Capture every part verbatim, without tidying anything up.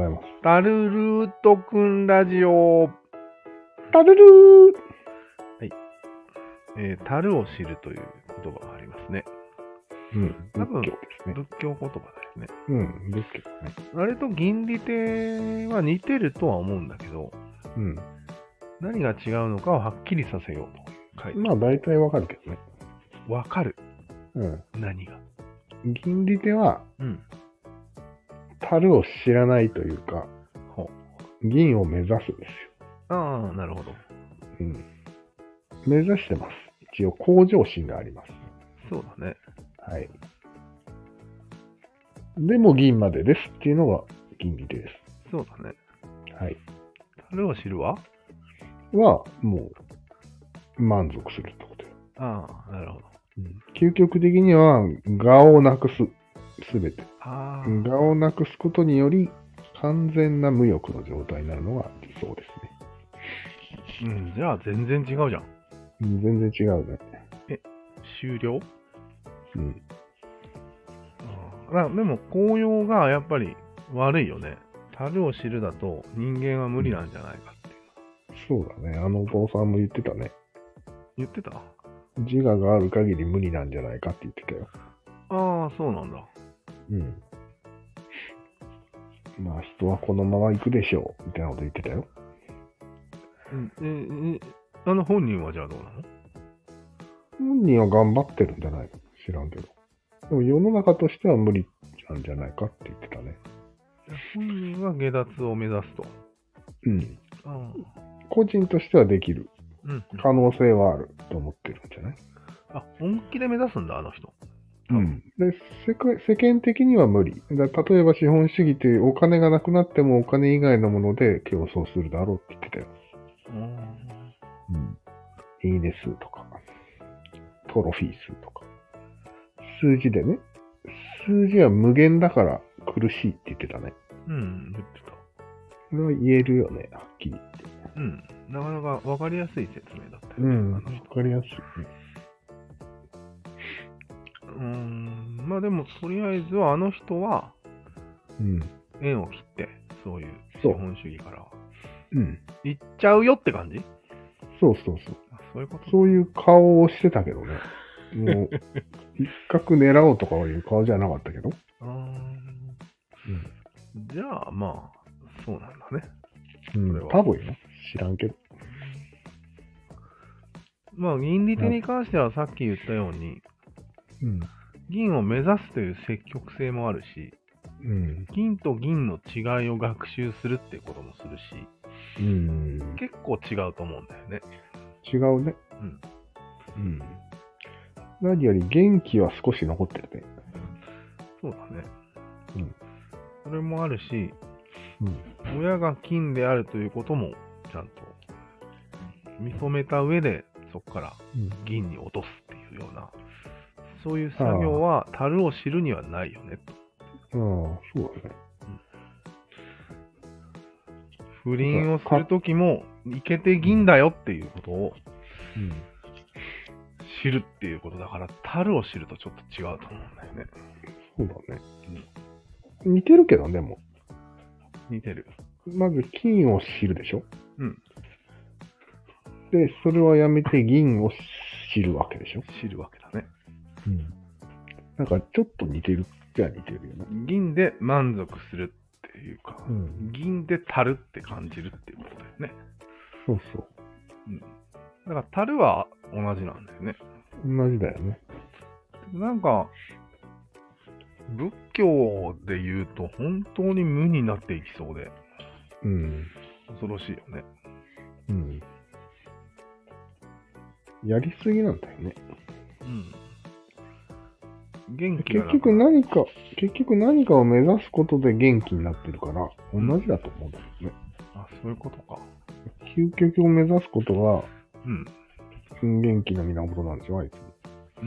います。 タルルートくんラジオ。 タルルー。 はい。えー、樽を知るという言葉がありますね。 うん。仏教ですね。 仏教言葉ですね。 うん。仏教ね。 あれと銀利手は似てるとは思うんだけど、 うん。 何が違うのかをはっきりさせようと書いて。 まあ大体わかるけどね。 わかる。 うん。 何が。 銀利手は、 うん。 樽を知らないというか、 ほ銀を目指すんですよ。 ああ、なるほど。 うん。目指してます。一応向上心があります。 そうだね。 はい。でも銀までですっていうのが銀利手です。 そうだね。 はい。 樽を知るはは、もう、満足するってことよ。 ああ、なるほど。 うん、究極的には、我をなくす。すべて。 ああ。 我をなくすことにより、完全な無欲の状態になるのが理想ですうね。 ん、じゃあ全然違うじゃん。 うん、全然違うね。 え、終了うん。 あでも、紅葉がやっぱり悪いよね。樽を知るだと人間は無理なんじゃないかっていう。 そうだね。あのお父さんも言ってたね。 言ってた？ 自我がある限り無理なんじゃないかって言ってたよ。 ああ、そうなんだ。 うん。まあ人はこのまま行くでしょう。みたいなこと言ってたよ。 うんえ、え、あの本人はじゃあどうなの？ 本人は頑張ってるんじゃないの？知らんけど。でも世の中としては無理なんじゃないかって言ってたね。 本人は下脱を目指すと。 うん。 あ個人としてはできる。 うん、 可能性はあると思ってるんじゃない？ あ、本気で目指すんだ、あの人。 うん。で、世界世間的には無理。だ例えば資本主義ってお金がなくなってもお金以外のもので競争するだろうって言ってたよ。 うんうん。いいですとか、トロフィー数とか。数字でね。数字は無限だから苦しいって言ってたね。 うん、言ってた。 これは言えるよね、はっきり言って。 うん、なかなか分かりやすい説明だったよね。 うん、わあの人かりやすいね。 うーん、まあでも、とりあえずはあの人は、 うん。 縁を切って、そういう資そう本主義からは。 うん。 行っちゃうよって感じ？ そうそうそう。 あ、そういうことそういう顔をしてたけどね。もう、一角狙おうとかいう顔じゃなかったけど。 あーじゃあ、まあ、そうなんだね。 うん。 それは多分よ。知らんけど。 まあ、銀利手に関してはさっき言ったように、 うん。 銀を目指すという積極性もあるし、 うん。 銀と銀の違いを学習するっていうこともするし、 うん。 結構違うと思うんだよね。 違うね。 うん。 うん。何より元気は少し残ってるね。 そうだね。 うん。 それもあるし、 うん。 親が金であるということもちゃんと認めた上で、そこから銀に落とすっていうような、そういう作業は樽を知るにはないよね。 うん。ああ、そうだね。 不倫をするときも、いけて銀だよっていうことをうん。 知るっていうことだから、樽を知るとちょっと違うと思うんだよね。 そうだね。似てるけどね、でも。 似てる。 まず金を知るでしょ？ うん。 で、それはやめて銀を知るわけでしょ？ 知るわけだね。 うん。なんかちょっと似てるじゃ似てるよね。 銀で満足するっていうか、 うん。 銀で樽って感じるっていうことだよね。 そうそう。 うん。だから樽は同じなんだよね。 同じだよね。 なんか、仏教で言うと本当に無になっていきそうで、 うん。 恐ろしいよね。 うん。やりすぎなんだよね。 うん。元気が結局何か、結局何かを目指すことで元気になってるから、同じだと思うんだよね。 あ、そういうことか。 究極を目指すことが、 うん。 元気の源なんですよ、あいつ。 うん。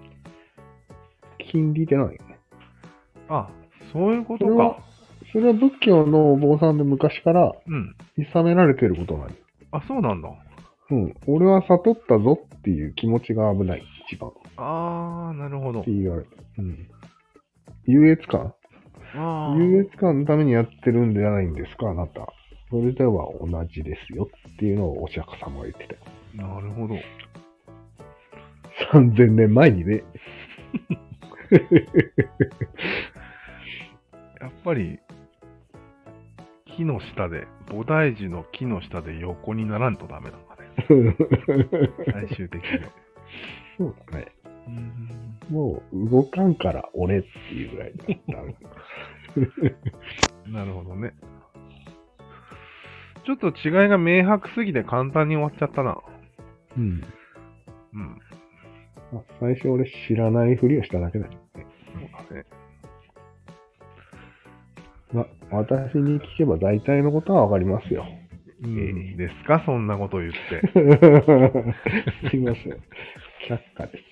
金利でないよね。 あ、そういうことそれはか。 それは仏教のお坊さんで昔から、 うん。 諌められてることなんよ。 あ、そうなんだ。 うん。俺は悟ったぞっていう気持ちが危ない、一番。っあー、なるほどて。言われる。うん。優越感あ優越感のためにやってるんじゃないんですか、あなた。それでは同じですよっていうのをお釈迦様が言ってたよ。 あ、なるほど。 さんぜんねんまえにね。 やっぱり、木の下で、菩提樹の木の下で横にならんとダメなのかね。最終的には。 そうだね。 うんもう動かんから俺っていうぐらいだった。 なるほどね。ちょっと違いが明白すぎて簡単に終わっちゃったな。 うん。 うん。 まあ最初俺知らないふりをしただけだよね。 そうだね。 まあ、私に聞けば大体のことはわかりますよ。 いいですか、そんなこと言って。 すいません。却下です。